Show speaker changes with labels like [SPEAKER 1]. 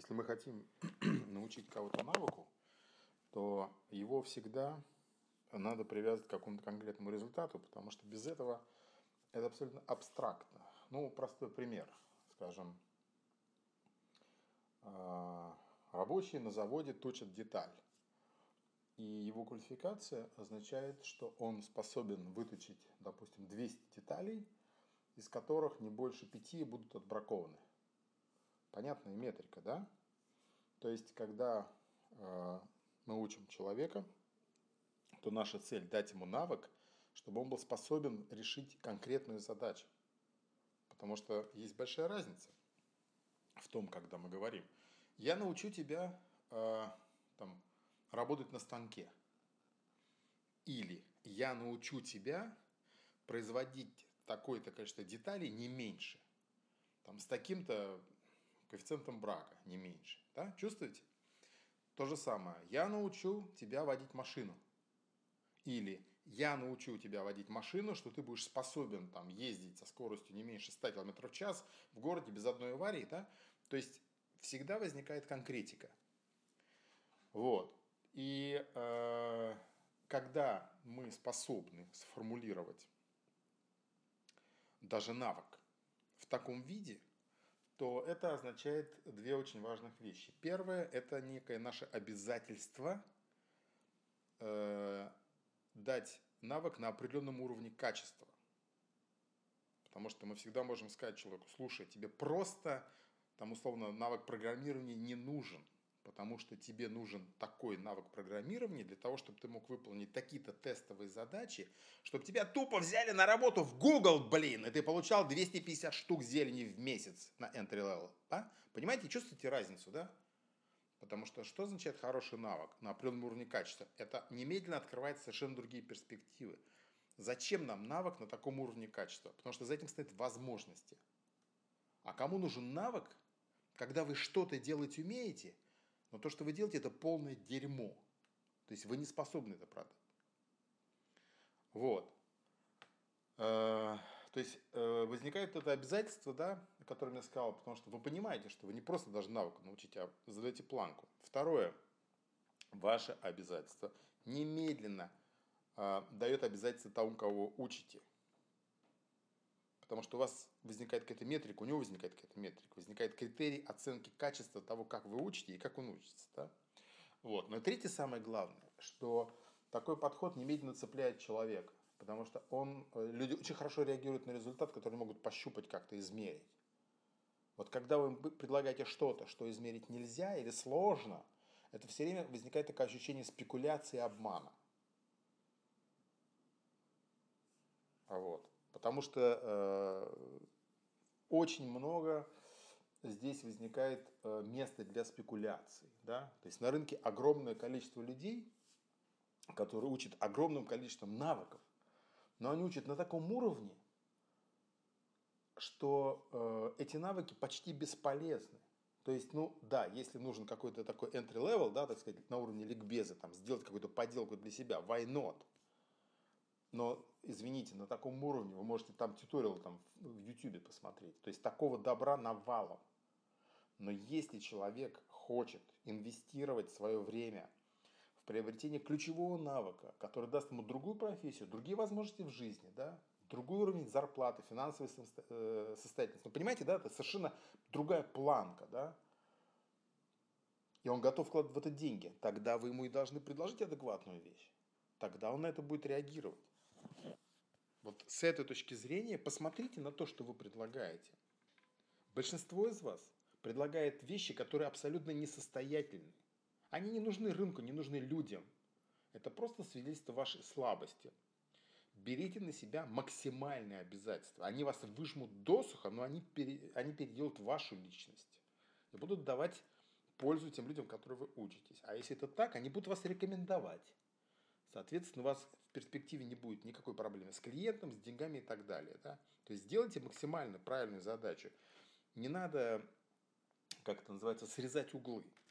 [SPEAKER 1] Если мы хотим научить кого-то навыку, то его всегда надо привязать к какому-то конкретному результату, потому что без этого это абсолютно абстрактно. Ну, простой пример. Скажем, рабочий на заводе точит деталь. И его квалификация означает, что он способен выточить, допустим, 200 деталей, из которых не больше 5 будут отбракованы. Понятная метрика, да? То есть, когда мы учим человека, то наша цель дать ему навык, чтобы он был способен решить конкретную задачу. Потому что есть большая разница в том, когда мы говорим, я научу тебя работать на станке. Или я научу тебя производить такое-то количество деталей не меньше. С таким-то коэффициентом брака не меньше. Да? Чувствуете? То же самое. Я научу тебя водить машину. Или я научу тебя водить машину, что ты будешь способен ездить со скоростью не меньше 100 км в час в городе без одной аварии. Да? То есть всегда возникает конкретика. Вот. И когда мы способны сформулировать даже навык в таком виде, то это означает две очень важных вещи. Первое – это некое наше обязательство дать навык на определенном уровне качества. Потому что мы всегда можем сказать человеку, слушай, тебе просто, условно, навык программирования не нужен, потому что тебе нужен такой навык программирования для того, чтобы ты мог выполнить такие-то тестовые задачи, чтобы тебя тупо взяли на работу в Google, и ты получал 250 штук зелени в месяц на entry level. А? Понимаете, чувствуете разницу, да? Потому что что означает хороший навык на определенном уровне качества? Это немедленно открывает совершенно другие перспективы. Зачем нам навык на таком уровне качества? Потому что за этим стоят возможности. А кому нужен навык, когда вы что-то делать умеете, но то, что вы делаете, это полное дерьмо. То есть вы не способны это продать. Вот. То есть возникает это обязательство, да, о котором я сказал, потому что вы понимаете, что вы не просто даже навыку научите, а задаете планку. Второе. Ваше обязательство немедленно дает обязательство тому, кого вы учите. Потому что у вас возникает какая-то метрика, у него возникает какая-то метрика, возникает критерий оценки качества того, как вы учите и как он учится. Да? Вот. Но третье самое главное, что такой подход немедленно цепляет человека. Потому что люди очень хорошо реагируют на результат, который могут пощупать, как-то измерить. Вот когда вы предлагаете что-то, что измерить нельзя или сложно, это все время возникает такое ощущение спекуляции и обмана. Вот. Потому что очень много здесь возникает места для спекуляций. Да? То есть на рынке огромное количество людей, которые учат огромным количеством навыков, но они учат на таком уровне, что эти навыки почти бесполезны. То есть, если нужен какой-то такой entry level, да, так сказать, на уровне ликбеза, сделать какую-то поделку для себя, why not? Но, извините, на таком уровне вы можете туториал в YouTube посмотреть. То есть такого добра навалом. Но если человек хочет инвестировать свое время в приобретение ключевого навыка, который даст ему другую профессию, другие возможности в жизни, да, другой уровень зарплаты, финансовой состоятельности. Понимаете, да, это совершенно другая планка, да, и он готов вкладывать в это деньги, тогда вы ему и должны предложить адекватную вещь. Тогда он на это будет реагировать. Вот с этой точки зрения посмотрите на то, что вы предлагаете. Большинство из вас предлагает вещи, которые абсолютно несостоятельны. Они не нужны рынку, не нужны людям. Это просто свидетельство вашей слабости. Берите на себя максимальные обязательства. Они вас выжмут досуха, но они переделают вашу личность. И будут давать пользу тем людям, которые вы учитесь. А если это так, они будут вас рекомендовать. Соответственно, у вас в перспективе не будет никакой проблемы с клиентом, с деньгами и так далее. Да? То есть сделайте максимально правильную задачу. Не надо, как это называется, срезать углы.